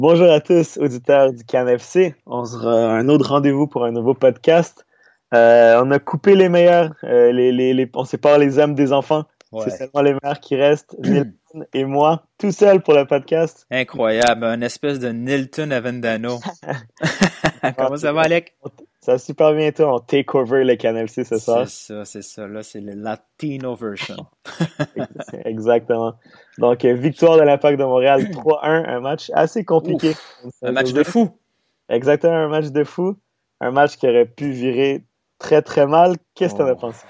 Bonjour à tous, auditeurs du CanFC. On sera un autre rendez-vous pour un nouveau podcast. On a coupé les meilleurs. On sépare les hommes des enfants. C'est Ouais. seulement les meilleurs qui restent. Nilton et moi, tout seul pour le podcast. Incroyable, un espèce de Nilton Avendano. Comment ça va, Alec? Ça va super bien, toi. On take over le CanFC ce soir. C'est ça. Là, c'est le Latino version. Exactement. Donc, victoire de l'Impact de Montréal 3-1, un match assez compliqué. Un match de fou. Exactement, un match de fou. Un match qui aurait pu virer très, très mal. Qu'est-ce que t'en as pensé?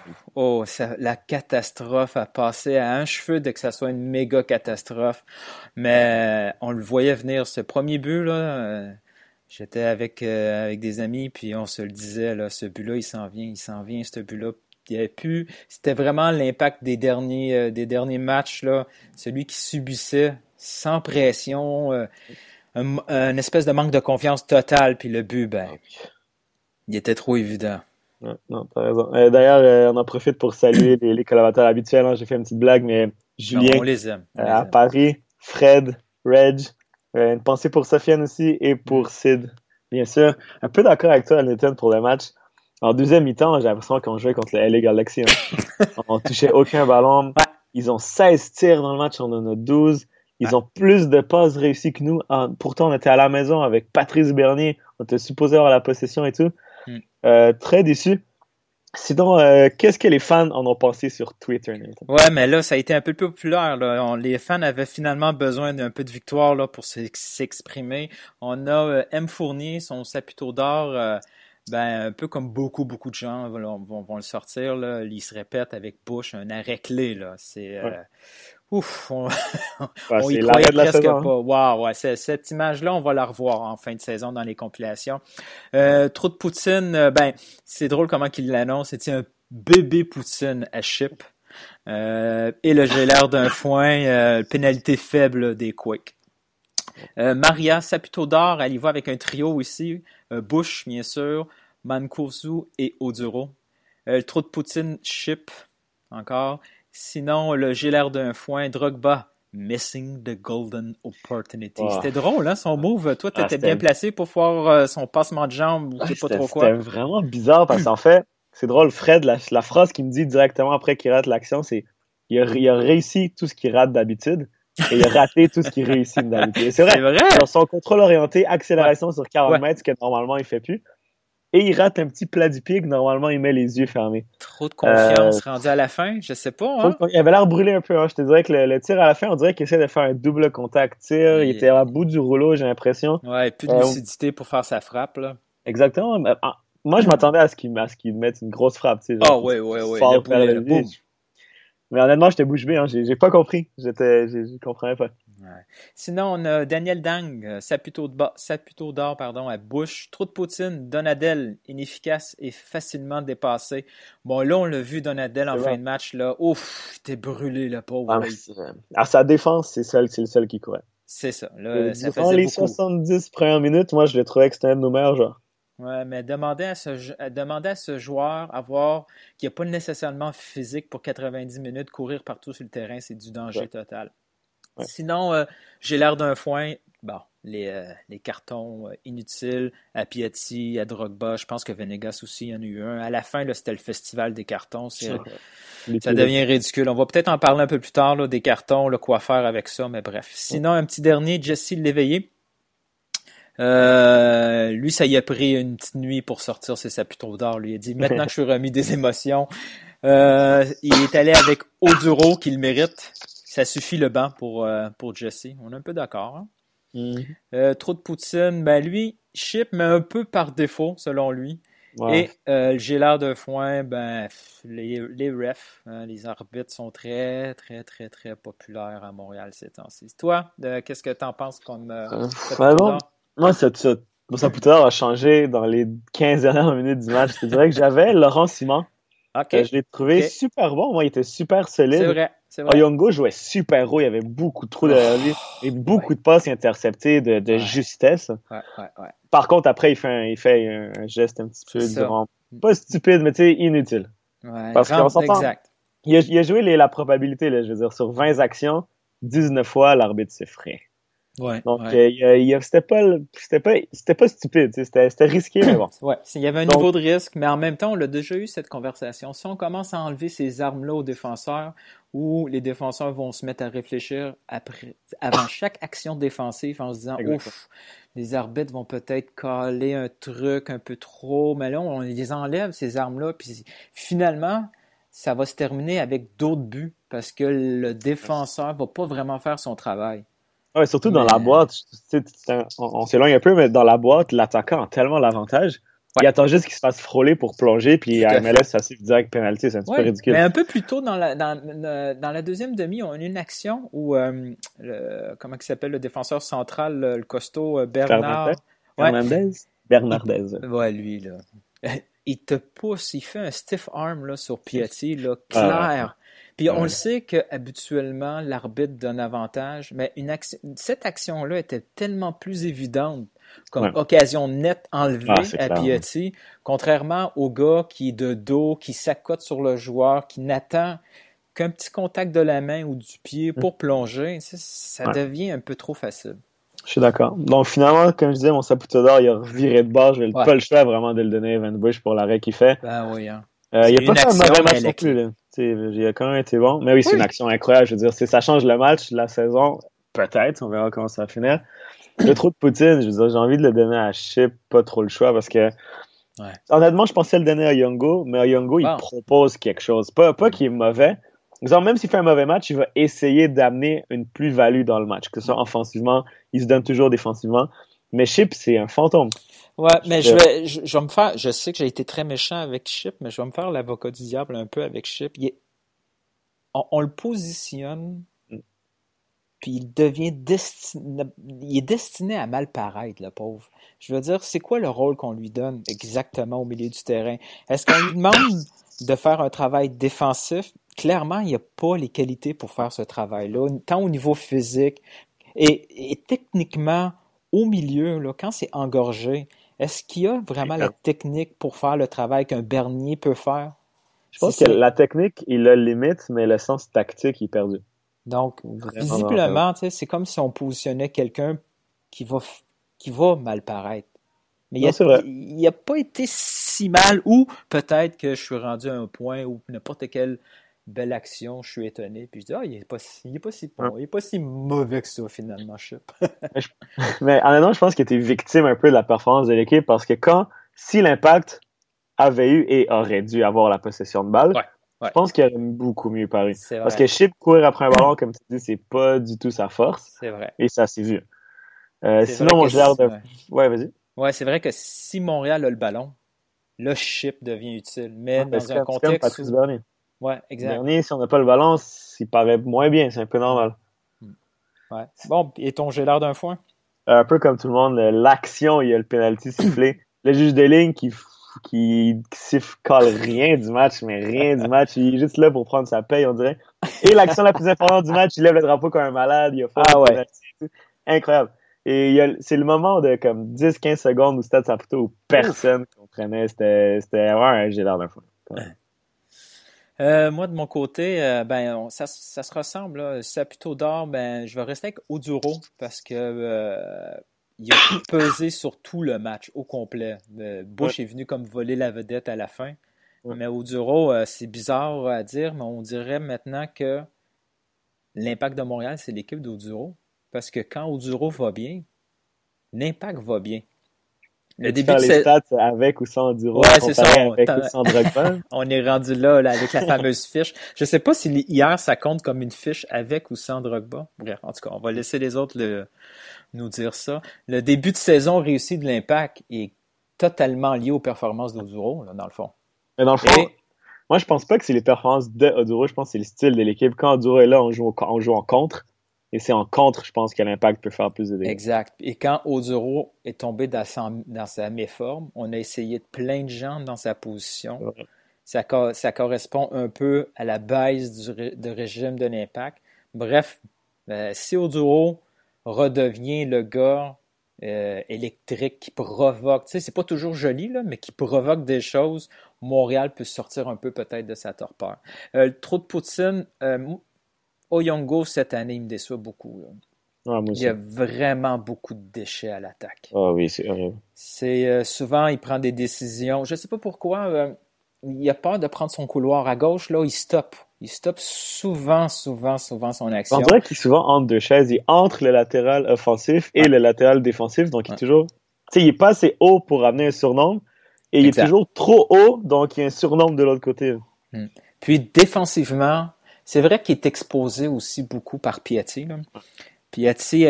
La catastrophe a passé à un cheveu de que ça soit une méga catastrophe. Mais on le voyait venir, ce premier but, là. J'étais avec des amis, puis on se le disait, là, ce but-là, il s'en vient, ce but-là. Il y avait plus, c'était vraiment l'impact des derniers matchs, là. Celui qui subissait sans pression, un espèce de manque de confiance totale, puis le but, il était trop évident. Non, t'as raison. D'ailleurs, on en profite pour saluer les collaborateurs habituels. Hein. J'ai fait une petite blague, mais Julien, on les aime. à Paris, Fred, Reg, une pensée pour Sofiane aussi et pour Sid, bien sûr. Un peu d'accord avec toi, Nathan, pour le match. En deuxième mi-temps, j'ai l'impression qu'on jouait contre le LA Galaxy. Hein. On touchait aucun ballon. Ouais. Ils ont 16 tirs dans le match, on en a 12. Ils ont plus de passes réussies que nous. Pourtant, on était à la maison avec Patrice Bernier. On était supposé avoir la possession et tout. Très déçu. Sinon, qu'est-ce que les fans en ont pensé sur Twitter, Nathan? Ouais, mais là, ça a été un peu populaire. Là. Les fans avaient finalement besoin d'un peu de victoire là, pour s'exprimer. On a M. Fournier, son Saputo d'or, un peu comme beaucoup de gens vont le sortir. Là. Il se répète avec Bush, un arrêt clé. Là. C'est... Ouf, on y croyait presque pas. Wow, ouais, cette image-là, on va la revoir en fin de saison dans les compilations. Trop de Poutine, c'est drôle comment il l'annonce. C'était un bébé Poutine à chip. Et le gelard d'un foin, pénalité faible des Quakes. Maria Saputo d'or, elle y va avec un trio ici. Bush, bien sûr, Mancuso et Oduro. Trop de Poutine, chip, encore. Sinon, le gelard d'un foin, Drogba, missing the golden opportunity. Wow. C'était drôle, hein, son move. Toi, t'étais bien placé pour voir son passement de jambes ou je sais pas trop quoi. C'était vraiment bizarre parce qu'en fait, c'est drôle, Fred, la phrase qu'il me dit directement après qu'il rate l'action, c'est il a réussi tout ce qu'il rate d'habitude et il a raté tout ce qu'il réussit d'habitude. Et c'est vrai. Dans son contrôle orienté, accélération sur 40 mètres, ce que normalement il fait plus. Et il rate un petit plat du pied que normalement il met les yeux fermés. Trop de confiance rendu à la fin, je sais pas. Hein? Il avait l'air brûlé un peu. Hein. Je te dirais que le tir à la fin, on dirait qu'il essaie de faire un double contact tir. Il était à bout du rouleau, j'ai l'impression. Ouais, plus de lucidité pour faire sa frappe. Là. Exactement. Moi, je m'attendais à ce qu'il mette une grosse frappe. Tu sais, ouais. Le boum. Mais honnêtement, j'étais bouche bée. Hein. J'ai pas compris. Je comprenais pas. Ouais. Sinon, on a Daniel Dang, Saputo d'or, à Bush. Trop de Poutine, Donadel, inefficace et facilement dépassé. Bon, là, on l'a vu, Donadel, en fin de match. Là. Ouf, il était brûlé, le pauvre. À sa défense, c'est le seul qui courait. C'est ça. Là, ça faisait les 70 premières minutes, moi, je le trouvais que c'était un de nos meilleurs joueurs. Ouais, mais demander à ce joueur qui n'a pas nécessairement physique pour 90 minutes, courir partout sur le terrain, c'est du danger total. Ouais. Sinon, j'ai l'air d'un foin. Bon, les cartons inutiles à Piatti, à Drogba. Je pense que Venegas aussi, il y en a eu un. À la fin, là, c'était le festival des cartons. Ça devient ridicule. On va peut-être en parler un peu plus tard, là, des cartons, là, quoi faire avec ça, mais bref. Sinon, un petit dernier, Jesse Léveillé. Lui, ça y a pris une petite nuit pour sortir ses Saputo d'or. Lui, il a dit, maintenant que je suis remis des émotions, il est allé avec Oduro, qui le mérite. Ça suffit le banc pour Jesse. On est un peu d'accord. Hein? Trop de Poutine. Lui, chip, mais un peu par défaut, selon lui. Ouais. Et j'ai l'air de foin, les refs, les arbitres sont très, très, très, très populaires à Montréal ces temps-ci. Toi, qu'est-ce que tu en penses comme Moi, Saputo d'or a changé dans les 15 dernières minutes du match. Je te dirais que j'avais Laurent Simon. Okay. Je l'ai trouvé super bon. Moi, il était super solide. C'est vrai. Oyongo jouait super haut. Il y avait beaucoup de trous derrière lui. Et beaucoup de passes interceptées de justesse. Ouais. Par contre, après, il fait un geste un petit peu durant. Pas stupide, mais tu sais, inutile. Ouais, parce qu'on s'entend. Exact. Il a joué la probabilité, là, je veux dire, sur 20 actions, 19 fois, l'arbitre s'est frais. Ouais, Donc, ouais. c'était pas stupide, c'était risqué, mais bon. Ouais, il y avait un niveau de risque, mais en même temps, on l'a déjà eu cette conversation. Si on commence à enlever ces armes-là aux défenseurs, où les défenseurs vont se mettre à réfléchir avant chaque action défensive en se disant, Exactement. ouf, les arbitres vont peut-être caler un truc un peu trop, mais là, on les enlève, ces armes-là, puis finalement, ça va se terminer avec d'autres buts, parce que le défenseur va pas vraiment faire son travail. Ouais, surtout dans la Mais, boîte, on s'éloigne un peu, mais dans la boîte, l'attaquant a tellement l'avantage. Il ouais, attend juste qu'il se fasse frôler pour plonger, puis tout à à fait. MLS, ça siffle direct penalty, c'est un petit peu Oui, mais ridicule. un peu plus tôt dans la deuxième demi, on a eu une action où, comment il s'appelle, le défenseur central, le costaud Fernandez? Bernard, ouais, Fernandez? il, Bernardez. ouais, lui, là, il te pousse, il fait un stiff arm là, sur Piatti, là, Ah, clair. Puis on le ouais. sait qu'habituellement, l'arbitre donne avantage, mais cette action-là était tellement plus évidente comme Ouais. occasion nette Ah, enlevée c'est à clair. Piatti, contrairement au gars qui est de dos, qui s'accote sur le joueur, qui n'attend qu'un petit contact de la main ou du pied pour plonger. Ça Ouais. devient un peu trop facile. Je suis d'accord. Donc finalement, comme je disais, mon Saputo d'or, il a viré de bord. J'avais Ouais, pas le choix vraiment de le donner à Evan Bush pour l'arrêt qu'il fait. ben oui, hein. Il C'est a pas une fait un action, mauvais mais match elle non est plus, clé. là. Il a quand même été bon. Mais oui, c'est une Oui, action incroyable. Je veux dire, ça change le match, la saison. Peut-être, on verra comment ça va finir. Le trou de Poutine, je veux dire, j'ai envie de le donner à Chip, pas trop le choix, parce que ouais. honnêtement, je pensais le donner à Yongo, mais à Yongo, il Bon. propose quelque chose. Pas qu'il est mauvais. Exemple, même s'il fait un mauvais match, il va essayer d'amener une plus-value dans le match, que ce soit offensivement, il se donne toujours défensivement. Mais Chip, c'est un fantôme. Ouais, mais Je- je vais me faire, je sais que j'ai été très méchant avec Chip, mais je vais me faire l'avocat du diable un peu avec Chip. On le positionne, puis il est destiné à mal paraître, le pauvre. Je veux dire, c'est quoi le rôle qu'on lui donne exactement au milieu du terrain? Est-ce qu'on lui demande de faire un travail défensif? Clairement, il n'y a pas les qualités pour faire ce travail-là, tant au niveau physique et techniquement, au milieu, là, quand c'est engorgé, est-ce qu'il y a vraiment la technique pour faire le travail qu'un Bernier peut faire? Je Si pense que c'est la technique, il a limite, mais le sens tactique, il est perdu. Donc, Vraiment, vraiment perdu. visiblement, tu sais, c'est comme si on positionnait quelqu'un qui va, qui va mal paraître. Mais Non, c'est vrai. il a pas été si mal, ou peut-être que je suis rendu à un point où n'importe quelle belle action, je suis étonné, puis je dis, ah, il est pas si Ouais. bon, il est pas si mauvais que ça, finalement, Chip. Mais, mais honnêtement, je pense qu'il était victime un peu de la performance de l'équipe parce que si l'impact avait eu et aurait dû avoir la possession de balle, Ouais, je ouais, pense qu'il aurait beaucoup mieux paru. c'est Parce que vrai, Chip courir après un ballon, comme tu dis, c'est pas du tout sa force. c'est vrai. Et ça s'est vu. C'est Sinon, vrai mon que, gère de... ouais. Ouais, vas-y. Ouais, c'est vrai que si Montréal a le ballon, le Chip devient utile, mais Ouais, mais dans un c'est comme contexte Patrice où, Bernier. ouais, exact. Bernier, si on n'a pas le ballon, il paraît moins bien. C'est un peu Ouais. normal. Ouais. Bon, et ton j'ai l'air d'un foin? Un peu comme tout le monde, l'action, il y a le penalty sifflé. Le juge de ligne qui siffle colle rien du match, mais rien du match. Il est juste là pour prendre sa paye, on dirait. Et l'action la plus importante du match, il lève le drapeau comme un malade, il a fait Ah le ouais. penalty et tout. Incroyable. Et c'est le moment de comme 10-15 secondes où Stade Saputo où Ouf. personne comprenait. C'était vraiment un j'ai l'air d'un fou. Moi, de mon côté, ça se ressemble, là. Saputo d'or, ben, je vais rester avec Oduro parce que il a pesé sur tout le match au complet. Ouais, Bush est venu comme voler la vedette à la fin. ouais. Mais Oduro, c'est bizarre à dire, mais on dirait maintenant que l'impact de Montréal, c'est l'équipe d'Oduro. Parce que quand Oduro va bien, l'impact va bien. Le Peux-tu début faire de les cette... stats avec ou sans Duro Ouais, c'est ça. comparé avec ou sans Drogba? On est rendu là, là, avec la fameuse fiche. Je sais pas si hier ça compte comme une fiche avec ou sans Drogba. Bref, en tout cas, on va laisser les autres nous dire ça. Le début de saison réussi de l'Impact est totalement lié aux performances d'Oduro, là, dans le fond. Mais dans le fond, Et moi, je pense pas que c'est les performances de Oduro, je pense que c'est le style de l'équipe. Quand Oduro est là, on joue en contre. Et c'est en contre, je pense que l'impact peut faire plus de dégâts. exact. Et quand Oduro est tombé dans sa méforme, on a essayé de plein de gens dans sa position. Ouais. Ça correspond un peu à la baisse de régime de l'Impact. Bref, si Oduro redevient le gars électrique qui provoque, tu sais, c'est pas toujours joli, là, mais qui provoque des choses, Montréal peut sortir un peu peut-être de sa torpeur. Le trop de Poutine, Oyongo cette année, il me déçoit beaucoup, là. moi Il y aussi. a vraiment beaucoup de déchets à l'attaque. Ah oui, c'est horrible. C'est souvent, il prend des décisions. Je ne sais pas pourquoi. Il a peur de prendre son couloir à gauche. Là, il stoppe. Il stoppe souvent son On action. dirait qu'il est souvent entre deux chaises. Il est entre le latéral offensif et Ouais. le latéral défensif. Donc, il est Ouais. toujours. Tu sais, il est pas assez haut pour amener un surnombre. Et il est Exact. toujours trop haut. Donc, il y a un surnombre de l'autre côté. Puis défensivement, c'est vrai qu'il est exposé aussi beaucoup par Piatti. Là. Piatti,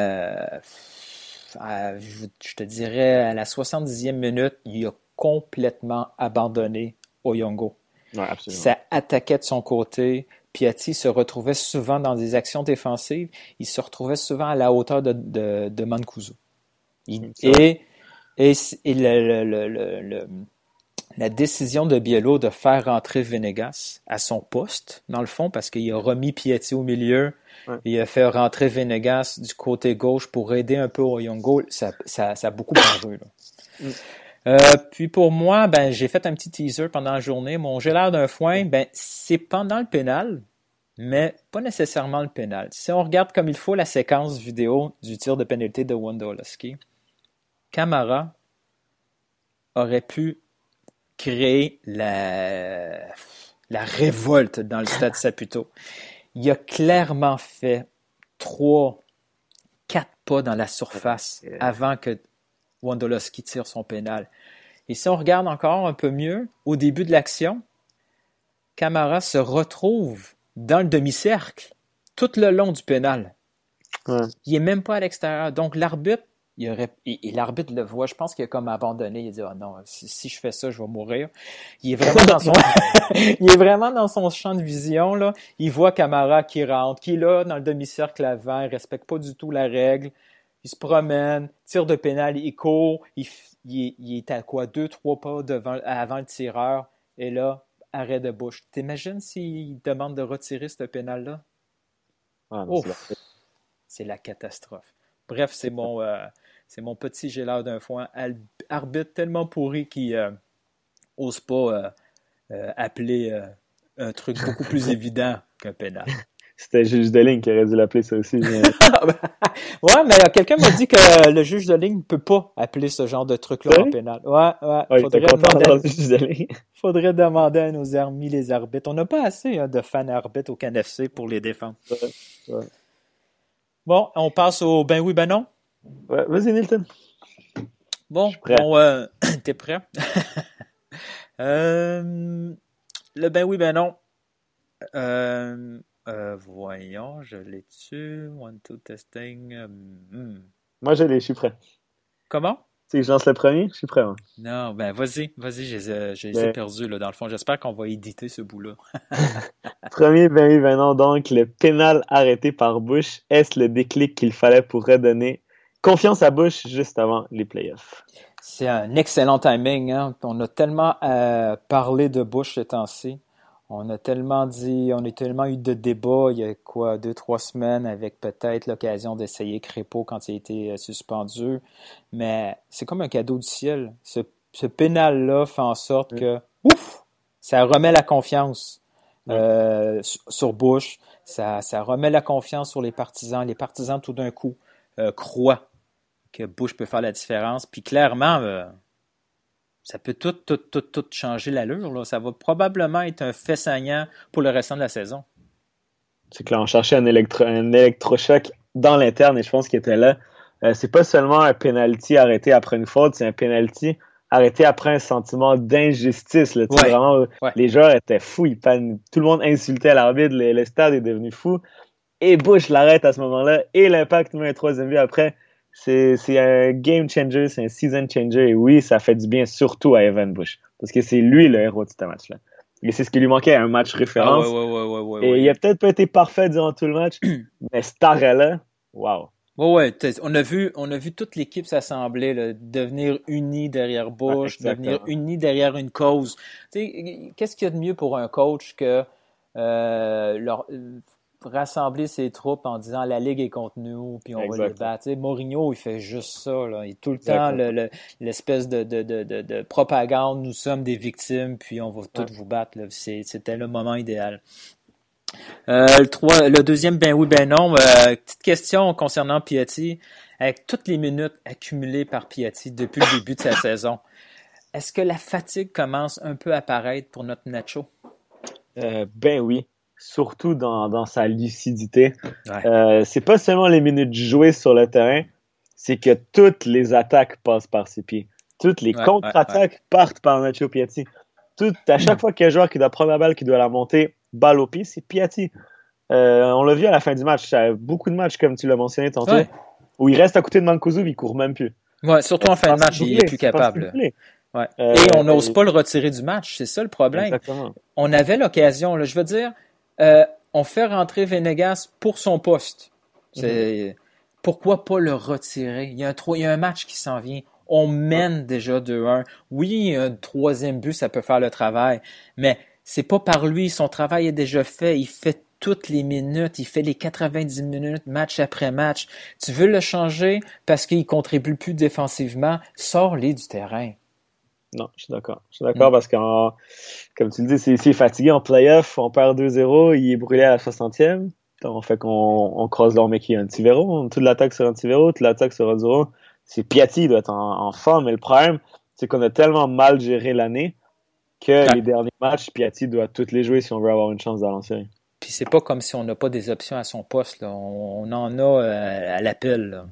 je te dirais, à la 70e minute, il a complètement abandonné Oyongo. Ouais, absolument. Ça attaquait de son côté. Piatti se retrouvait souvent dans des actions défensives. Il se retrouvait souvent à la hauteur de Mancuso. Et la décision de Biello de faire rentrer Venegas à son poste, dans le fond, parce qu'il a remis Piatti au milieu, il a fait rentrer Venegas du côté gauche pour aider un peu Oyongo, ça a beaucoup paru. Puis pour moi, j'ai fait un petit teaser pendant la journée. Mon j'ai l'air d'un foin, c'est pendant le pénal, mais pas nécessairement le pénal. Si on regarde comme il faut la séquence vidéo du tir de pénalité de Wondolowski, Camara aurait pu créer la révolte dans le stade Saputo. Il a clairement fait 3-4 pas dans la surface avant que Wondolowski tire son pénal. Et si on regarde encore un peu mieux, au début de l'action, Camara se retrouve dans le demi-cercle tout le long du pénal. Ouais. Il n'est même pas à l'extérieur. Donc l'arbitre, et l'arbitre le voit, je pense qu'il a comme abandonné. Il dit « Ah non, si je fais ça, je vais mourir. » Il est vraiment dans son il est vraiment dans son champ de vision. Là. Il voit Camara qui rentre, qui est là dans le demi-cercle avant, il ne respecte pas du tout la règle. Il se promène, tire de pénal, il court, il est à quoi, 2-3 pas avant le tireur, et là, arrêt de bouche. T'imagines s'il demande de retirer ce pénal-là? Ah, non, c'est la catastrophe. Bref, c'est mon petit j'ai l'air d'un foin. Arbitre tellement pourri qu'il n'ose pas appeler un truc beaucoup plus évident qu'un pénal. C'était juge de ligne qui aurait dû l'appeler ça aussi. Mais... ouais, mais quelqu'un m'a dit que le juge de ligne ne peut pas appeler ce genre de truc-là en pénal. Ouais. Faudrait demander à nos amis les arbitres. On n'a pas assez de fans arbitres au CanFC pour les défendre. Ouais. Bon, on passe au ben oui, ben non. Ouais, vas-y, Nilton. Bon, t'es prêt? Le ben oui, ben non. Voyons, je l'ai dessus. 1, 2, testing. Moi, je suis prêt. Comment? Tu sais que je lance le premier? Je suis prêt. Moi. Non, vas-y, je les ai perdus, là, dans le fond. J'espère qu'on va éditer ce bout-là. Premier, ben oui, ben non. Donc, le pénal arrêté par Bush, est-ce le déclic qu'il fallait pour redonner confiance à Bush juste avant les playoffs? C'est un excellent timing. Hein? On a tellement parlé de Bush ces temps-ci. On a tellement eu de débats il y a 2-3 semaines avec peut-être l'occasion d'essayer Crépeau quand il a été suspendu. Mais c'est comme un cadeau du ciel. Ce pénal-là fait en sorte que ça remet la confiance sur Bush. Ça remet la confiance sur les partisans. Les partisans, tout d'un coup, croient que Bush peut faire la différence. Puis clairement... ça peut tout changer l'allure. Là. Ça va probablement être un fait saignant pour le restant de la saison. C'est que là, on cherchait un électrochoc dans l'interne et je pense qu'il était là. C'est pas seulement un penalty arrêté après une faute, c'est un penalty arrêté après un sentiment d'injustice. Là. Vraiment, les joueurs étaient fous. Tout le monde insultait l'arbitre. Le stade est devenu fou. Et Bush l'arrête à ce moment-là. Et l'Impact met un troisième but après. C'est un game changer, c'est un season changer. Et oui, ça fait du bien surtout à Evan Bush. Parce que c'est lui le héros de ce match-là. Et c'est ce qui lui manquait, un match référence. Et il a peut-être pas été parfait durant tout le match, mais cet arrêt-là, wow. On a vu toute l'équipe s'assembler, là, devenir unis derrière Bush, devenir unis derrière une cause. Qu'est-ce qu'il y a de mieux pour un coach que rassembler ses troupes en disant la Ligue est contre nous, puis on va les battre. Mourinho, il fait juste ça. Là. Il est tout le temps l'espèce de propagande, nous sommes des victimes, puis on va tous vous battre. Là. C'était le moment idéal. Le deuxième, ben oui, ben non. Petite question concernant Piatti. Avec toutes les minutes accumulées par Piatti depuis le début de sa saison, est-ce que la fatigue commence un peu à apparaître pour notre Nacho? Ben oui, surtout dans sa lucidité. Ouais. C'est pas seulement les minutes jouées sur le terrain, c'est que toutes les attaques passent par ses pieds. Toutes les contre-attaques partent par Nacho Piatti. À chaque fois qu'il y a un joueur qui doit prendre la balle, qui doit la monter, balle au pied, c'est Piatti. On l'a vu à la fin du match. Beaucoup de matchs, comme tu l'as mentionné tantôt, où il reste à côté de Mancuso, il court même plus. Ouais, surtout en fin de match, il est plus capable. Ouais. Et on n'ose pas le retirer du match, c'est ça le problème. Exactement. On avait l'occasion, là, je veux dire, on fait rentrer Venegas pour son poste. Pourquoi pas le retirer? Il y a un match qui s'en vient. On mène déjà 2-1. Oui, un troisième but, ça peut faire le travail, mais c'est pas par lui. Son travail est déjà fait. Il fait toutes les minutes. Il fait les 90 minutes, match après match. Tu veux le changer parce qu'il contribue plus défensivement? Sors-les du terrain. Non, je suis d'accord. Parce que, comme tu le dis, s'il est fatigué en playoff, on perd 2-0, il est brûlé à la 60e. On fait qu'on croise leur mec qui est un Antivero. Toute l'attaque sur Antivero, toute l'attaque sur Oduro. C'est Piatti, il doit être en forme. Mais le problème, c'est qu'on a tellement mal géré l'année que les derniers matchs, Piatti doit toutes les jouer si on veut avoir une chance d'aller en série. Puis c'est pas comme si on n'a pas des options à son poste. Là. On en a à l'appel. Là.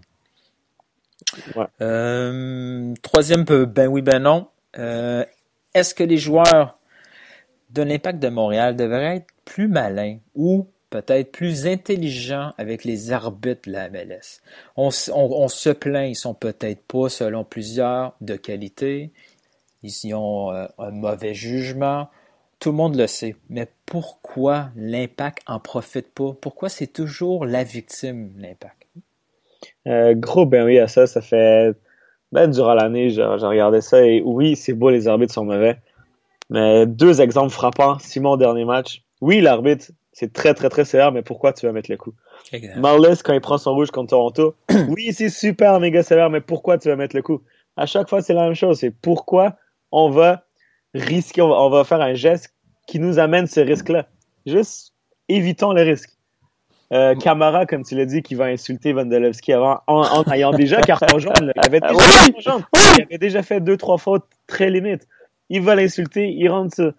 Ouais. Troisième, ben oui, ben non. Est-ce que les joueurs de l'Impact de Montréal devraient être plus malins ou peut-être plus intelligents avec les arbitres de la MLS? On se plaint, ils sont peut-être pas, selon plusieurs, de qualité. Ils ont un mauvais jugement. Tout le monde le sait. Mais pourquoi l'Impact en profite pas? Pourquoi c'est toujours la victime, l'Impact? Gros, ben oui, à ça fait... durant l'année, j'ai regardé ça et oui, c'est beau, les arbitres sont mauvais. Mais 2 exemples frappants. Simon, dernier match. Oui, l'arbitre, c'est très, très, très sévère, mais pourquoi tu vas mettre le coup? Marles, quand il prend son rouge contre Toronto, oui, c'est super méga sévère, mais pourquoi tu vas mettre le coup? À chaque fois, c'est la même chose. C'est pourquoi on va risquer, on va faire un geste qui nous amène ce risque-là. Juste évitons le risque. Camara, comme tu l'as dit, qui va insulter Vandelewski avant, en ayant déjà carton jaune. Il avait déjà carton jaune. Il avait déjà fait 2-3 fautes très limites. Il va l'insulter, il rentre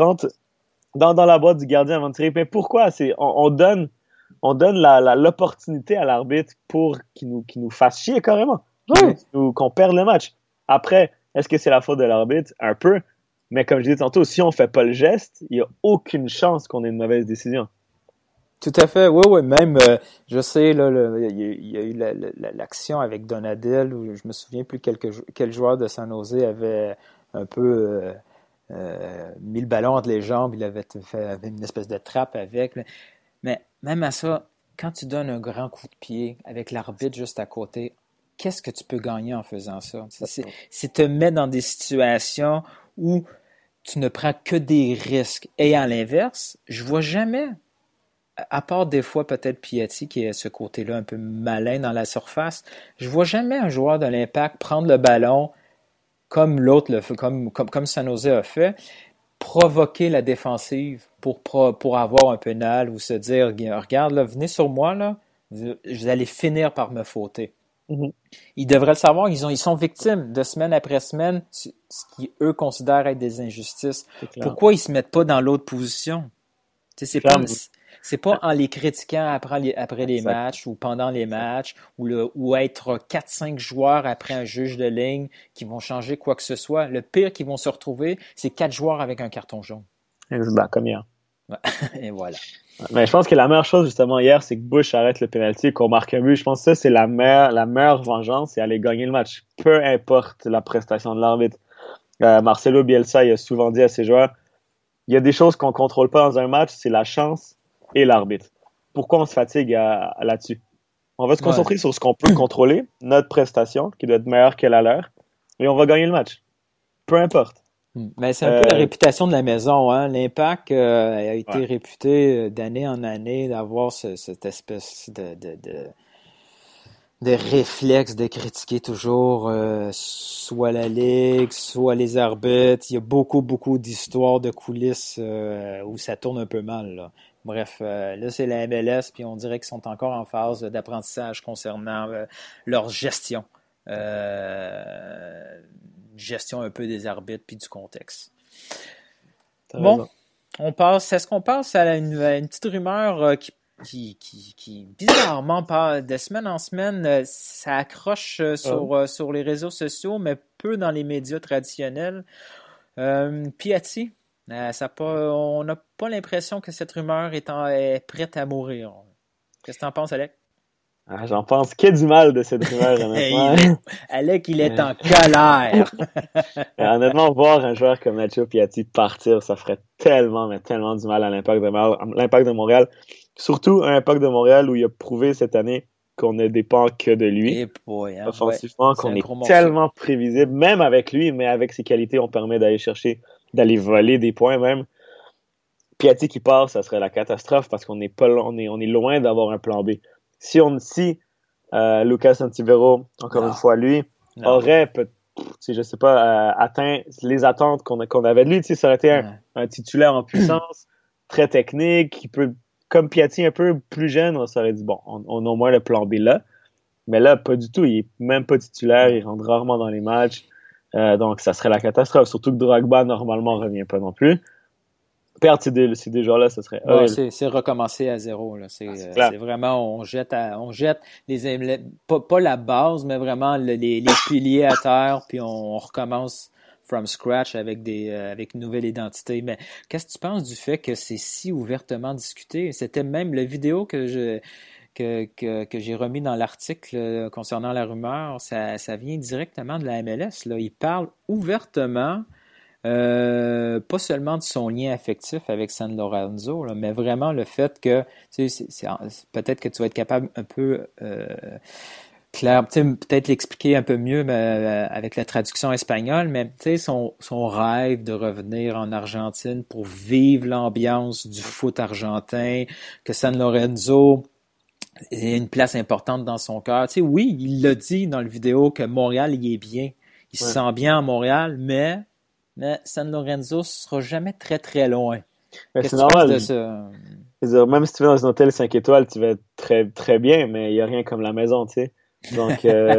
dans la boîte du gardien avant de tirer. Mais pourquoi? On donne l'opportunité à l'arbitre pour qu'il nous fasse chier carrément. Qu'on perde le match. Après, est-ce que c'est la faute de l'arbitre? Un peu. Mais comme je disais tantôt, si on fait pas le geste, il n'y a aucune chance qu'on ait une mauvaise décision. Tout à fait, oui, même, je sais, là, il y a eu l'action avec Donadel, où je me souviens plus quel joueur de San Jose avait un peu mis le ballon entre les jambes, il avait une espèce de trappe avec. Mais même à ça, quand tu donnes un grand coup de pied avec l'arbitre juste à côté, qu'est-ce que tu peux gagner en faisant ça? C'est te mettre dans des situations où tu ne prends que des risques. Et à l'inverse, je vois jamais, à part des fois peut-être Piatti qui est ce côté-là un peu malin dans la surface, je vois jamais un joueur de l'Impact prendre le ballon comme l'autre, comme San Jose a fait, provoquer la défensive pour avoir un pénal ou se dire, regarde, là, venez sur moi, là, vous allez finir par me fauter. Mm-hmm. Ils devraient le savoir, ils sont victimes de semaine après semaine, ce qu'eux considèrent être des injustices. Pourquoi ils se mettent pas dans l'autre position? C'est pas en les critiquant après les matchs ou pendant les matchs ou être 4-5 joueurs après un juge de ligne qui vont changer quoi que ce soit. Le pire qu'ils vont se retrouver, c'est 4 joueurs avec un carton jaune. Comme hier. Et voilà. Mais je pense que la meilleure chose justement hier, c'est que Bush arrête le pénalty et qu'on marque un but. Je pense que ça, c'est la meilleure vengeance, c'est aller gagner le match. Peu importe la prestation de l'arbitre. Marcelo Bielsa, il a souvent dit à ses joueurs, il y a des choses qu'on contrôle pas dans un match, c'est la chance et l'arbitre. Pourquoi on se fatigue là-dessus? On va se concentrer sur ce qu'on peut contrôler, notre prestation, qui doit être meilleure que la leur, et on va gagner le match. Peu importe. Mais c'est un peu la réputation de la maison. Hein? L'Impact a été réputé d'année en année d'avoir cette espèce de réflexe de critiquer toujours soit la Ligue, soit les arbitres. Il y a beaucoup d'histoires de coulisses où ça tourne un peu mal. Là. Bref, là, c'est la MLS, puis on dirait qu'ils sont encore en phase d'apprentissage concernant leur gestion. Gestion un peu des arbitres puis du contexte. Bon, est-ce qu'on passe à une petite rumeur qui bizarrement, de semaine en semaine, ça accroche sur les réseaux sociaux, mais peu dans les médias traditionnels. Piatti, on n'a pas l'impression que cette rumeur est prête à mourir. Qu'est-ce que tu en penses, Alec? J'en pense qu'il y a du mal de cette rumeur, honnêtement. Alec, il est en colère. Honnêtement, voir un joueur comme Nacho Piatti partir, ça ferait tellement, mais tellement du mal à l'Impact de Montréal. Surtout un Impact de Montréal où il a prouvé cette année qu'on ne dépend que de lui. Offensivement, qu'on est tellement prévisible, même avec lui, mais avec ses qualités, on permet d'aller voler des points même. Piatti qui part, ça serait la catastrophe parce qu'on est loin d'avoir un plan B. Si Lucas Antivero, encore une fois, lui, aurait, je sais pas, atteint les attentes qu'on avait de lui, ça aurait été un titulaire en puissance, très technique, qui peut, comme Piatti, un peu plus jeune, on s'aurait dit, bon, on a au moins le plan B là. Mais là, pas du tout. Il est même pas titulaire, il rentre rarement dans les matchs. Donc, ça serait la catastrophe. Surtout que Drogba, normalement, revient pas non plus. Perdre ces deux joueurs-là, ça serait horrible. C'est recommencer à zéro. Là. C'est vraiment, on jette pas la base, mais vraiment les piliers à terre, puis on recommence from scratch avec une nouvelle identité. Mais qu'est-ce que tu penses du fait que c'est si ouvertement discuté? C'était même la vidéo que j'ai remis dans l'article concernant la rumeur, ça vient directement de la MLS. Là. Il parle ouvertement pas seulement de son lien affectif avec San Lorenzo, là, mais vraiment le fait que peut-être que tu vas être capable un peu clair, peut-être l'expliquer un peu mieux avec la traduction espagnole, mais son rêve de revenir en Argentine pour vivre l'ambiance du foot argentin, que San Lorenzo ait une place importante dans son cœur. Oui, il l'a dit dans la vidéo que Montréal il est bien, il se sent bien à Montréal, mais San Lorenzo ne sera jamais très, très loin. C'est normal. De ça? Même si tu vas dans un hôtel 5 étoiles, tu vas être très, très bien, mais il n'y a rien comme la maison, tu sais. Donc,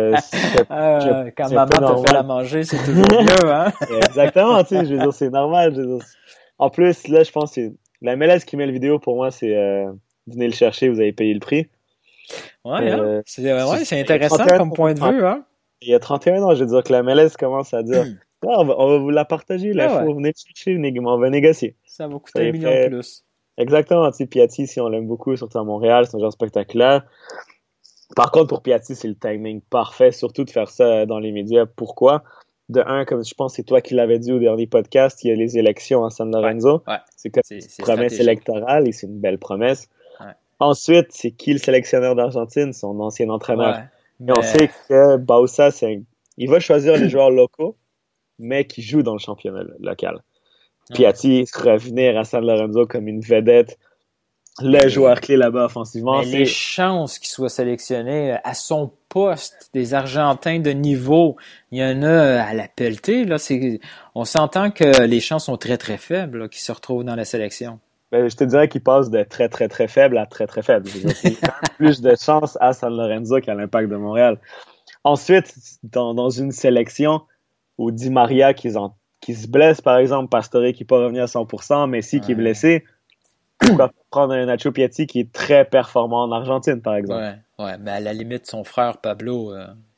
quand maman te fait la manger, c'est toujours mieux, hein? Exactement, tu sais, je veux dire, c'est normal. En plus, là, je pense que la MLS qui met la vidéo, pour moi, c'est venez le chercher, vous avez payé le prix. Ouais, c'est intéressant comme point de vue, hein? Il y a 31 ans, je veux dire que la MLS commence à dire on va vous la partager, l'info, venez chercher, on va négocier. Ça va coûter 1 million de plus. Exactement, tu sais, Piatti, si on l'aime beaucoup, surtout à Montréal, c'est un genre spectaculaire. Par contre, pour Piatti, c'est le timing parfait, surtout de faire ça dans les médias. Pourquoi? De un, comme je pense que c'est toi qui l'avais dit au dernier podcast, il y a les élections à San Lorenzo. Ouais. C'est comme une promesse électorale et c'est une belle promesse. Ouais. Ensuite, c'est qui le sélectionneur d'Argentine? Son ancien entraîneur. Et on sait que Bausa, il va choisir les joueurs locaux, mais qui jouent dans le championnat local. Piatti revenir à San Lorenzo comme une vedette, le joueur clé là-bas offensivement. Mais les chances qu'il soit sélectionné à son poste, des Argentins de niveau, il y en a à la pelletée. Là, on s'entend que les chances sont très très faibles là, qu'il se retrouve dans la sélection. Ben, je te dirais qu'il passe de très très très faible à très très faible. Il y a plus de chances à San Lorenzo qu'à l'Impact de Montréal. Ensuite, dans une sélection où Di Maria qui se blesse, par exemple, Pastore qui n'est pas revenu à 100%, Messi qui est blessé, pourquoi prendre un Nacho Piatti qui est très performant en Argentine, par exemple? Ouais, mais à la limite, son frère Pablo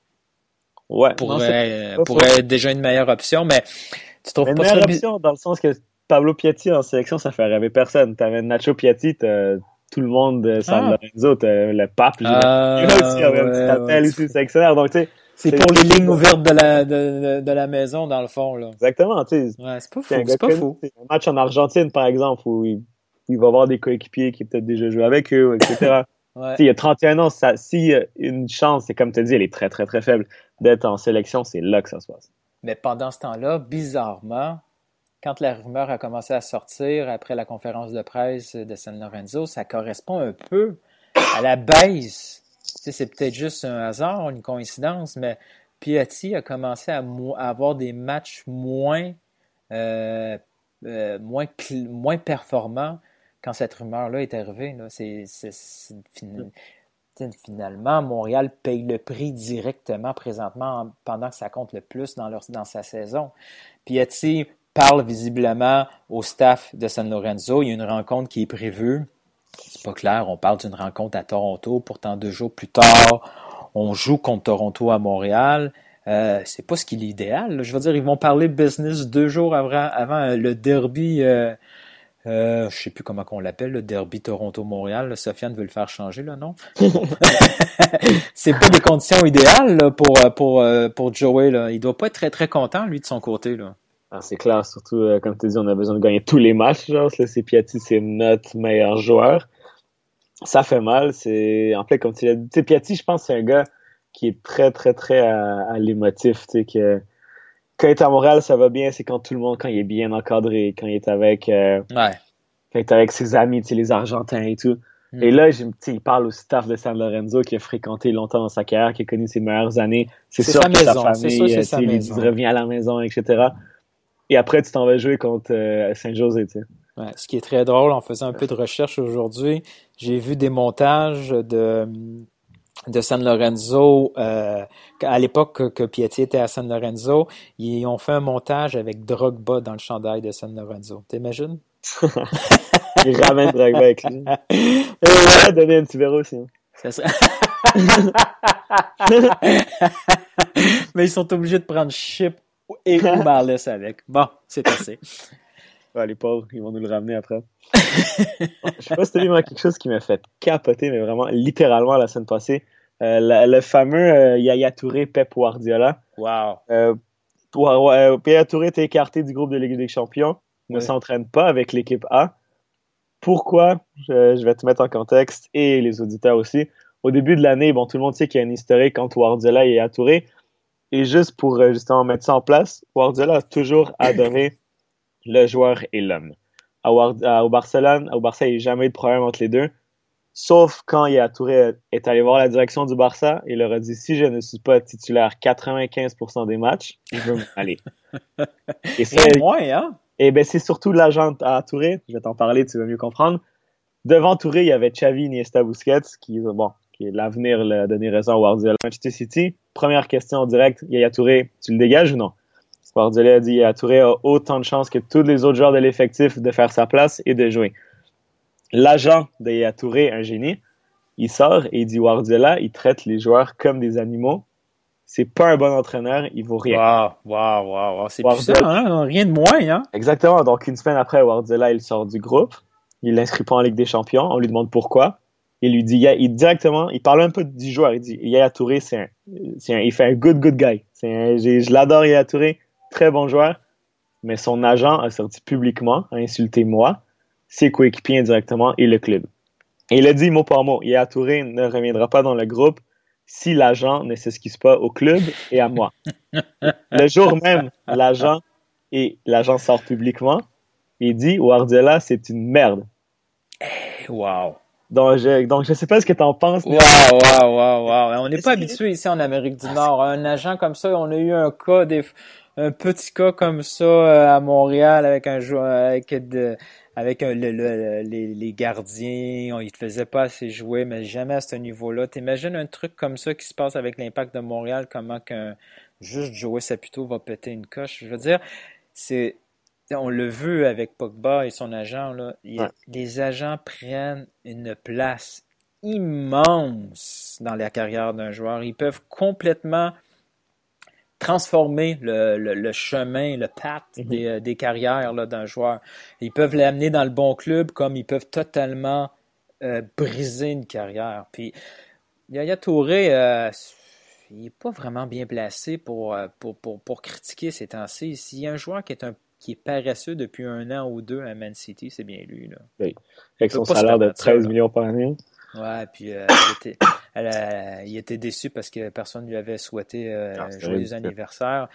pourrait être déjà une meilleure option, mais tu trouves pas ça... Une meilleure option dans le sens que Pablo Piatti en sélection, ça fait rêver personne. T'avais Nacho Piatti, tout le monde de San Lorenzo, le pape, il a aussi un petit appel ici, sélectionneur, donc tu sais... C'est pour les lignes ouvertes de la maison, dans le fond, là. Exactement, tu sais. Ouais, c'est pas fou. Un match en Argentine, par exemple, où il va avoir des coéquipiers qui peut-être déjà joué avec eux, etc. Il y a 31 ans, si une chance, c'est comme tu dis, elle est très, très, très faible d'être en sélection, c'est là que ça se passe. Mais pendant ce temps-là, bizarrement, quand la rumeur a commencé à sortir après la conférence de presse de San Lorenzo, ça correspond un peu à la baisse. C'est peut-être juste un hasard, une coïncidence, mais Piatti a commencé à avoir des matchs moins performants quand cette rumeur-là est arrivée. Là, finalement, Montréal paye le prix directement présentement pendant que ça compte le plus dans sa saison. Piatti parle visiblement au staff de San Lorenzo. Il y a une rencontre qui est prévue. C'est pas clair, on parle d'une rencontre à Toronto. Pourtant, 2 jours plus tard, on joue contre Toronto à Montréal. C'est pas ce qui est l'idéal. Je veux dire, ils vont parler business 2 jours avant le derby. Je sais plus comment on l'appelle, le derby Toronto-Montréal. Là, Sofiane veut le faire changer, là, non? C'est pas des conditions idéales là, pour Joey. Là. Il doit pas être très, très content, lui, de son côté. Là. Ah, c'est clair, surtout, comme tu dis, on a besoin de gagner tous les matchs. Genre, là, c'est Piatti, c'est notre meilleur joueur. Ça fait mal. En fait, comme tu l'as dit, Piatti, je pense que c'est un gars qui est très, très, très à l'émotif. Tu sais, que quand il est à Montréal, ça va bien. C'est quand il est bien encadré, quand il est avec, quand il est avec ses amis, tu sais, les Argentins et tout. Et là, il parle au staff de San Lorenzo qui a fréquenté longtemps dans sa carrière, qui a connu ses meilleures années. C'est sûr que sa famille, il lui dit reviens à la maison, etc. Et après, tu t'en vas jouer contre Saint-José, tu sais. Ouais, ce qui est très drôle, en faisant un peu de recherche aujourd'hui, j'ai vu des montages de San Lorenzo, à l'époque que Piatti était à San Lorenzo, ils ont fait un montage avec Drogba dans le chandail de San Lorenzo. T'imagines? Il ramène Drogba avec lui. Il va donner un petit verre aussi. Hein. Ça serait... Mais ils sont obligés de prendre Chip et ou Marles avec. Bon, c'est assez. Ouais, les pauvres, ils vont nous le ramener après. Je sais pas si t'as vu quelque chose qui m'a fait capoter, mais vraiment, littéralement, la semaine passée. Le fameux Yaya Touré, Pep Guardiola. Wow. Yaya Touré était écarté du groupe de Ligue des Champions, ne s'entraîne pas avec l'équipe A. Pourquoi? Je vais te mettre en contexte, et les auditeurs aussi. Au début de l'année, bon, tout le monde sait qu'il y a une historique entre Guardiola et Yaya Touré. Et juste pour justement mettre ça en place, Guardiola a toujours adoré le joueur et l'homme. Au Barça, il n'y a jamais eu de problème entre les deux. Sauf quand Yaya Touré est allé voir la direction du Barça, il leur a dit « Si je ne suis pas titulaire 95% des matchs, je veux m'en aller. » Et c'est moins, hein? Et ben c'est surtout l'agent à Touré, je vais t'en parler, tu vas mieux comprendre. Devant Touré, il y avait Xavi, Iniesta, Busquets, qui est l'avenir, a donné raison à Guardiola. Manchester City, première question en direct, Yaya Touré, tu le dégages ou non? Guardiola a dit Yaya Touré a autant de chances que tous les autres joueurs de l'effectif de faire sa place et de jouer. L'agent de Yaya Touré, un génie, il sort et il dit Guardiola, il traite les joueurs comme des animaux. C'est pas un bon entraîneur, il vaut rien. Wow. C'est plus ça, hein? Rien de moins, hein? Exactement. Donc, une semaine après, Guardiola, il sort du groupe. Il l'inscrit pas en Ligue des Champions. On lui demande pourquoi. Il lui dit, directement, il parle un peu du joueur. Il dit, Yaya Touré, il fait un good guy. Je l'adore, Yaya Touré. Très bon joueur. Mais son agent a sorti publiquement, a insulté moi, ses coéquipiers indirectement et le club. Et il a dit mot par mot, Yaya Touré ne reviendra pas dans le groupe si l'agent ne s'excuse pas au club et à moi. Le jour même, l'agent sort publiquement et dit Guardiola, c'est une merde. Wow. Donc je sais pas ce que tu en penses. Wow. On n'est pas habitué ici en Amérique du Nord. Un agent comme ça, on a eu un petit cas comme ça à Montréal avec un joueur avec les gardiens, ils te faisaient pas assez jouer, mais jamais à ce niveau-là. T'imagines un truc comme ça qui se passe avec l'Impact de Montréal, comment qu'un juste Joey Saputo va péter une coche. Je veux dire, on l'a vu avec Pogba et son agent, là. Les agents prennent une place immense dans la carrière d'un joueur. Ils peuvent complètement transformer le chemin, le path des carrières là, d'un joueur. Ils peuvent l'amener dans le bon club comme ils peuvent totalement briser une carrière. Puis Yaya Touré, il n'est pas vraiment bien placé pour critiquer ces temps-ci. S'il y a un joueur qui est paresseux depuis 1 an ou 2 à Man City, c'est bien lui. Là. Oui. Avec son salaire de 13 millions par année. Ouais, puis il était déçu parce que personne ne lui avait souhaité joyeux anniversaire.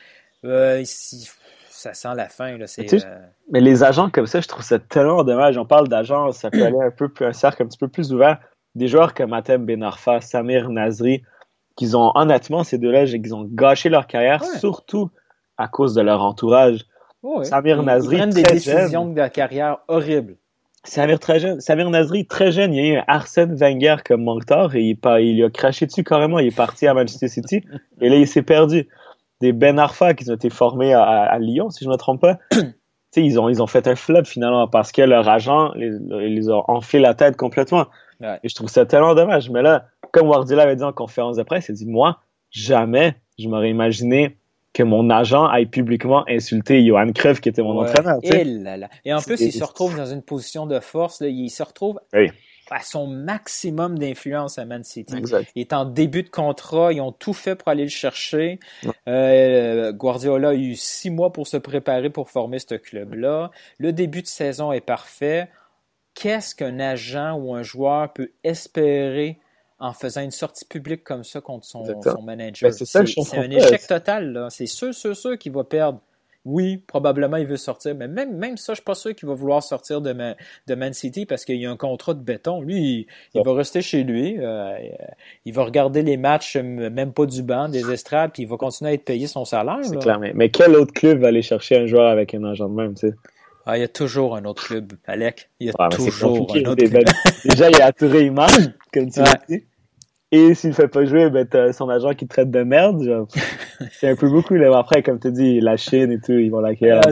Ça sent la fin. Là, mais les agents comme ça, je trouve ça tellement dommage. On parle d'agents, ça peut aller un cercle un petit peu plus ouvert. Des joueurs comme Hatem Ben Arfa, Samir Nasri, qu'ils ont, honnêtement, ces deux-là, ils ont gâché leur carrière, surtout à cause de leur entourage. Ouais. Samir Nasri, ils prennent des décisions de carrière horribles. Samir Nasri, très jeune, il y a eu un Arsène Wenger comme mentor et il a craché dessus carrément. Il est parti à Manchester City et là, il s'est perdu. Des Ben Arfa qui ont été formés à Lyon, si je ne me trompe pas. Ils ont fait un flop finalement parce que leur agent les a enflé la tête complètement. Ouais. Et je trouve ça tellement dommage. Mais là, comme Guardiola avait dit en conférence de presse, il a dit, moi, jamais je m'aurais imaginé que mon agent aille publiquement insulter Johan Cruyff, qui était mon entraîneur. Et en plus, il se retrouve dans une position de force. Là, il se retrouve à son maximum d'influence à Man City. Exact. Il est en début de contrat. Ils ont tout fait pour aller le chercher. Guardiola a eu 6 mois pour se préparer pour former ce club-là. Le début de saison est parfait. Qu'est-ce qu'un agent ou un joueur peut espérer en faisant une sortie publique comme ça contre son manager? C'est un échec total. Là. C'est sûr qu'il va perdre. Oui, probablement il veut sortir, mais même ça, je suis pas sûr qu'il va vouloir sortir de Man City parce qu'il y a un contrat de béton. Lui, il va rester chez lui. Il va regarder les matchs, même pas du banc, des estrades, puis il va continuer à être payé son salaire. C'est clair, mais quel autre club va aller chercher un joueur avec un agent de même, tu sais? Ah, il y a toujours un autre club, Alec. Il y a toujours un autre club. Déjà, il y a Touré Image, comme tu l'as dit. Et s'il ne fait pas jouer, t'as son agent qui te traite de merde. Genre, c'est un peu beaucoup. Là. Après, comme tu dis, la Chine et tout, ils vont l'accueillir.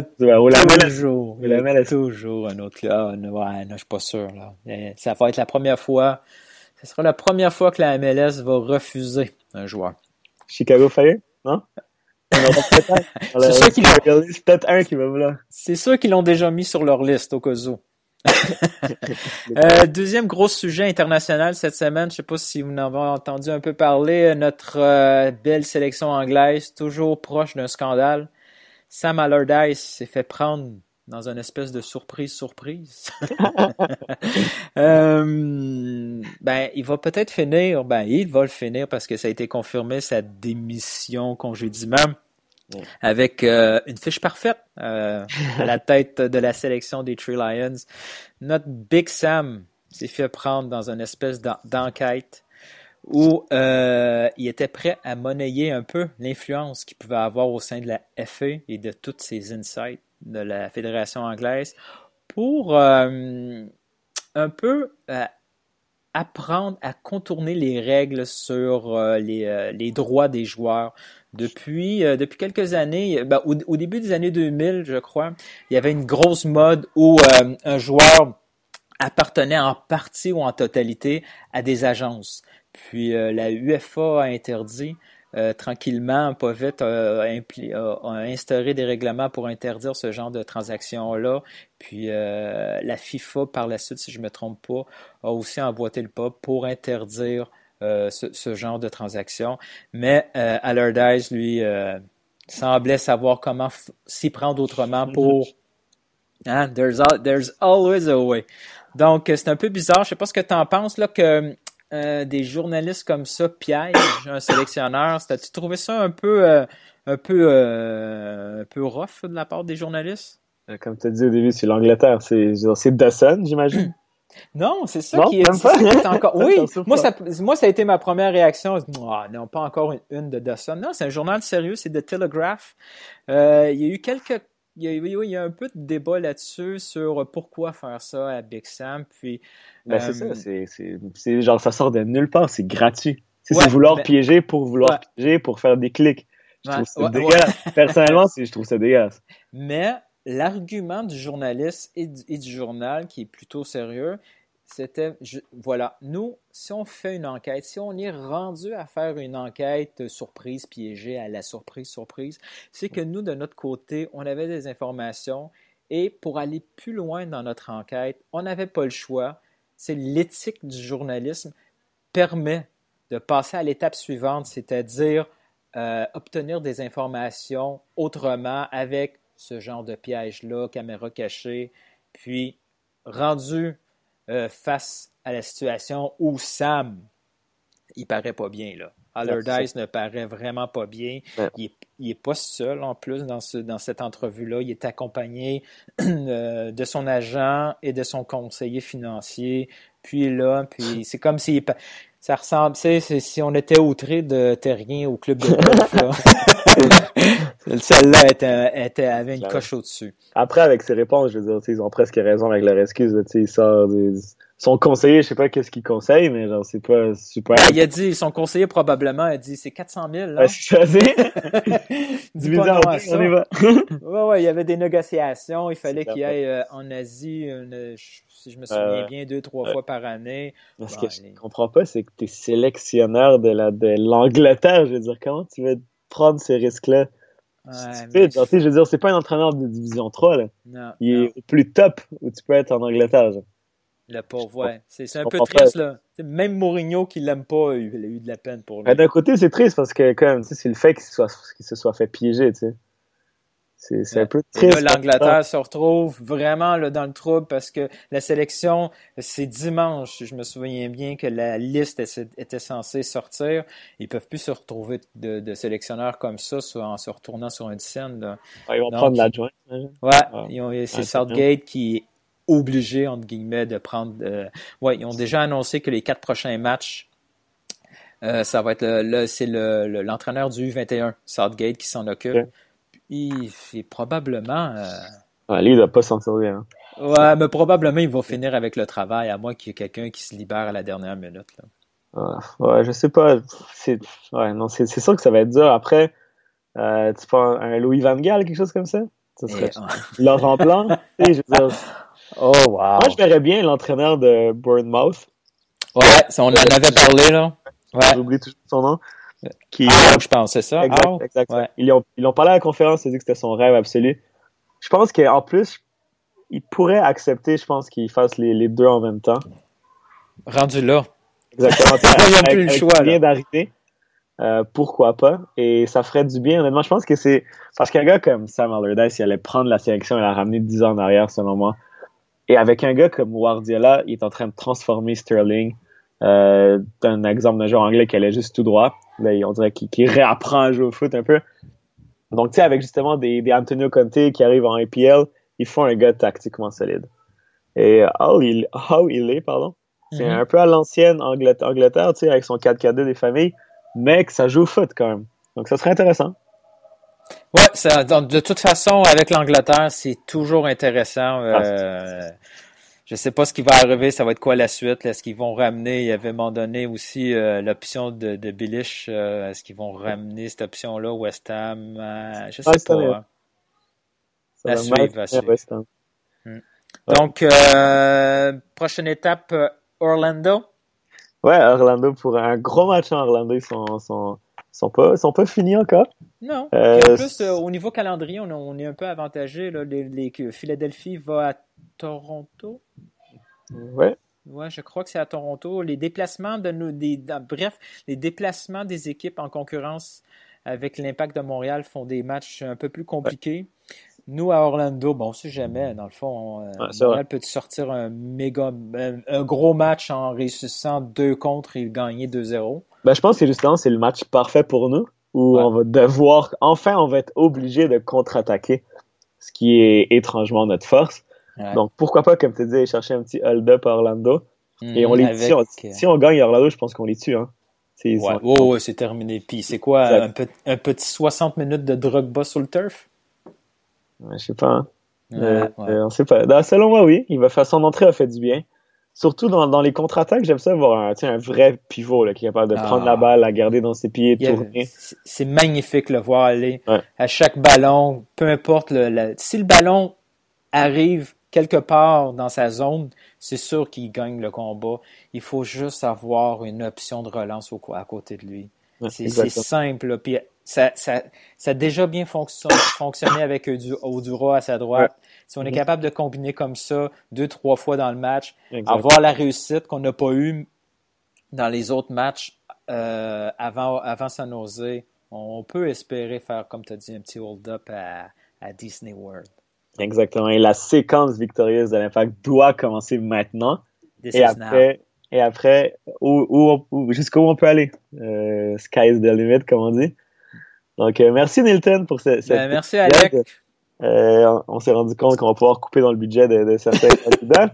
Toujours un autre club. Ah, non, je suis pas sûr. Là. Ça va être la première fois. Ce sera la première fois que la MLS va refuser un joueur. Chicago Fire, non? C'est peut-être un qui va vouloir. C'est sûr qu'ils l'ont déjà mis sur leur liste au cas où. Deuxième gros sujet international cette semaine, je sais pas si vous en avez entendu un peu parler, notre belle sélection anglaise, toujours proche d'un scandale. Sam Allardyce s'est fait prendre dans une espèce de surprise. Il va peut-être finir, il va le finir parce que ça a été confirmé, sa démission, congédiement. Avec une fiche parfaite à la tête de la sélection des Three Lions. Notre Big Sam s'est fait prendre dans une espèce d'enquête où il était prêt à monnayer un peu l'influence qu'il pouvait avoir au sein de la FA et de toutes ces insights de la Fédération anglaise pour un peu apprendre à contourner les règles sur les droits des joueurs. Depuis quelques années, au début des années 2000, je crois, il y avait une grosse mode où un joueur appartenait en partie ou en totalité à des agences. Puis la UEFA a interdit tranquillement, pas vite, a instauré des règlements pour interdire ce genre de transactions-là. Puis la FIFA, par la suite, si je ne me trompe pas, a aussi emboîté le pas pour interdire ce genre de transactions. Mais Allardyce, lui, semblait savoir comment s'y prendre autrement pour... There's always a way. Donc, c'est un peu bizarre. Je sais pas ce que tu en penses, là, que des journalistes comme ça piègent un sélectionneur. T'as-tu trouvé ça un peu rough de la part des journalistes? Comme tu as dit au début, c'est l'Angleterre. C'est Dawson, j'imagine. Non, c'est ça qui est encore. Oui, moi ça a été ma première réaction. Non, pas encore une de Dawson. Non, c'est un journal sérieux, c'est The Telegraph. Il y a un peu de débat là-dessus sur pourquoi faire ça à Big Sam. Puis, c'est ça, c'est genre ça sort de nulle part, c'est gratuit. C'est vouloir piéger pour vouloir piéger pour faire des clics. Je trouve ça dégueulasse. Personnellement, je trouve ça dégueulasse. Mais l'argument du journaliste et du journal, qui est plutôt sérieux, c'était, nous, si on fait une enquête, si on est rendu à faire une enquête surprise, piégée à la surprise, c'est que nous, de notre côté, on avait des informations et pour aller plus loin dans notre enquête, on n'avait pas le choix. C'est l'éthique du journalisme permet de passer à l'étape suivante, c'est-à-dire obtenir des informations autrement avec ce genre de piège-là, caméra cachée, puis rendu face à la situation où Sam, il paraît pas bien, là. Allardyce ne paraît vraiment pas bien. Ouais. Il est pas seul, en plus, dans cette entrevue-là. Il est accompagné de son agent et de son conseiller financier. Puis c'est comme s'il... Ça ressemble, tu sais, si on était outré de Terrien au club de golf, là. Celle-là avait une coche au-dessus. Après, avec ses réponses, je veux dire, ils ont presque raison avec leur excuse. Il sort son conseiller, je sais pas qu'est-ce qu'il conseille, mais genre, c'est pas super. Il a dit, son conseiller probablement a dit, c'est 400 000, là. Ouais, c'est ça, Dis pas non à ça. On y va. Ouais, il y avait des négociations, il fallait qu'il aille en Asie, si je me souviens bien, 2-3 fois par année. Ce que je comprends pas, c'est que t'es sélectionneur de l'Angleterre. Je veux dire, comment tu veux prendre ces risques-là? Je veux dire, c'est pas un entraîneur de Division 3, là. Non, il est au plus top où tu peux être en Angleterre, genre. Le pauvre, ouais. C'est un peu triste, là. Même Mourinho qui l'aime pas, il a eu de la peine pour lui. D'un côté, c'est triste parce que, comme, c'est le fait qu'il se soit fait piéger, tu sais. C'est un peu triste. Et là, l'Angleterre se retrouve vraiment là, dans le trouble parce que la sélection, c'est dimanche. Je me souviens bien que la liste était censée sortir. Ils peuvent plus se retrouver de sélectionneurs comme ça en se retournant sur une scène. Là. Ils vont prendre l'adjoint. Ouais, c'est Southgate qui est obligé, entre guillemets, de prendre... ils ont déjà annoncé que les 4 prochains matchs, ça va être c'est l'entraîneur du U21, Southgate, qui s'en occupe. Okay. Il est probablement... lui, il doit pas s'en sortir. Hein. Ouais, mais probablement, il va finir avec le travail, à moins qu'il y ait quelqu'un qui se libère à la dernière minute. Là. Ouais, je sais pas. C'est sûr que ça va être dur. Après, tu prends un Louis Van Gaal, quelque chose comme ça? Ça serait Laurent Blanc. Je veux dire, oh, wow. Moi, je verrais bien l'entraîneur de Bournemouth. Ouais, on en avait parlé, là. Ouais. J'oublie toujours son nom. Je pense, c'est ça. Exact. Ouais. Ils ont parlé à la conférence, ils ont dit que c'était son rêve absolu. Je pense qu'en plus, il pourrait accepter, je pense, qu'il fasse les deux en même temps. Rendu là. Exactement. Ils n'ont plus le choix. Vient d'arriver. Pourquoi pas? Et ça ferait du bien, honnêtement. Je pense que c'est parce qu'un gars comme Sam Allardyce, il allait prendre la sélection et la ramener 10 ans en arrière, selon moi. Et avec un gars comme Guardiola, il est en train de transformer Sterling. Un exemple d'un joueur anglais qui allait juste tout droit. Là, on dirait qu'il réapprend à jouer au foot un peu. Donc, tu sais, avec justement des Antonio Conte qui arrivent en APL, il faut un gars tactiquement solide. Et How il est, c'est un peu à l'ancienne Angleterre, tu sais, avec son 4-4-2 des familles, mais que ça joue au foot quand même. Donc, ça serait intéressant. Ouais, de toute façon, avec l'Angleterre, c'est toujours intéressant. Je sais pas ce qui va arriver, ça va être quoi la suite. Est-ce qu'ils vont ramener, il y avait donné aussi l'option de Bilic, est-ce qu'ils vont ramener cette option-là, West Ham? Je sais pas. À suivre. Donc, prochaine étape, Orlando? Ouais, Orlando pour un gros match en Orlando, ils sont pas finis encore. Non. Et en plus, au niveau calendrier, on est un peu avantagé. Là. Philadelphie va à Toronto. Ouais. Ouais, je crois que c'est à Toronto. Les déplacements les déplacements des équipes en concurrence avec l'Impact de Montréal font des matchs un peu plus compliqués. Ouais. Nous, à Orlando, on sait jamais. Dans le fond, Montréal peut sortir un gros match en réussissant 2 contre et gagner 2-0. Je pense que justement, c'est le match parfait pour nous, où on va devoir, on va être obligé de contre-attaquer, ce qui est étrangement notre force. Ouais. Donc, pourquoi pas, comme tu dis, aller chercher un petit hold-up à Orlando. Et on les tue. Si on gagne à Orlando, je pense qu'on les tue. Hein. Ouais, c'est terminé. Puis c'est quoi, un petit 60 minutes de Drogba sur le turf? Ouais, je sais pas. Hein. On sait pas. Selon moi, oui. Son entrée a fait du bien. Surtout dans les contre-attaques, j'aime ça voir un vrai pivot là, qui est capable de prendre la balle, la garder dans ses pieds, tourner. C'est magnifique le voir aller à chaque ballon, peu importe. Si le ballon arrive quelque part dans sa zone, c'est sûr qu'il gagne le combat. Il faut juste avoir une option de relance à côté de lui. Ouais, c'est simple. Là. Puis ça a déjà bien fonctionné avec Oduro à sa droite. Ouais. Si on est capable de combiner comme ça 2-3 fois dans le match, avoir la réussite qu'on n'a pas eue dans les autres matchs avant San Jose, on peut espérer faire, comme tu as dit, un petit hold-up à Disney World. Exactement. Et la séquence victorieuse de l'Impact doit commencer maintenant. Et après, jusqu'où on peut aller. Sky's the limit, comme on dit. Donc, merci Nilton pour cette merci Alec. On s'est rendu compte qu'on va pouvoir couper dans le budget de certains candidats.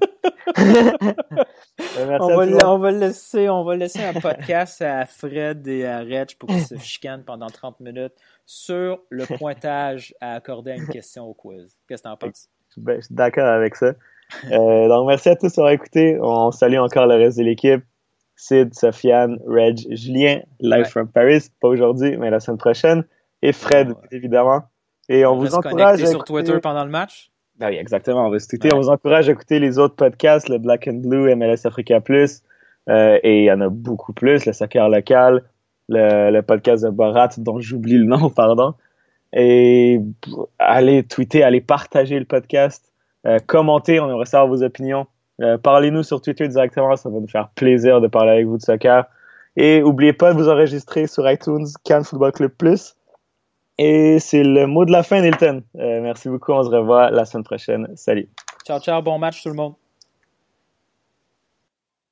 On va laisser un podcast à Fred et à Reg pour qu'ils se chicanent pendant 30 minutes sur le pointage à accorder à une question au quiz. Qu'est-ce que t'en penses? Je suis d'accord avec ça. Donc, merci à tous d'avoir écouté. On salue encore le reste de l'équipe. Sid, Sofiane, Reg, Julien, live from Paris. Pas aujourd'hui, mais la semaine prochaine. Et Fred, évidemment. Et on vous encourage à sur Twitter pendant le match? Ben oui, exactement. On va se tweeter. Ouais. On vous encourage à écouter les autres podcasts, le Black and Blue, MLS Africa Plus. Et il y en a beaucoup plus. Le soccer local, le podcast de Borat, dont j'oublie le nom, pardon. Et allez tweeter, allez partager le podcast. Commentez, on aimerait savoir vos opinions. Parlez-nous sur Twitter directement, ça va nous faire plaisir de parler avec vous de soccer. Et n'oubliez pas de vous enregistrer sur iTunes, Cannes Football Club Plus. Et c'est le mot de la fin, Nilton. Merci beaucoup, on se revoit la semaine prochaine. Salut. Ciao, ciao, bon match tout le monde.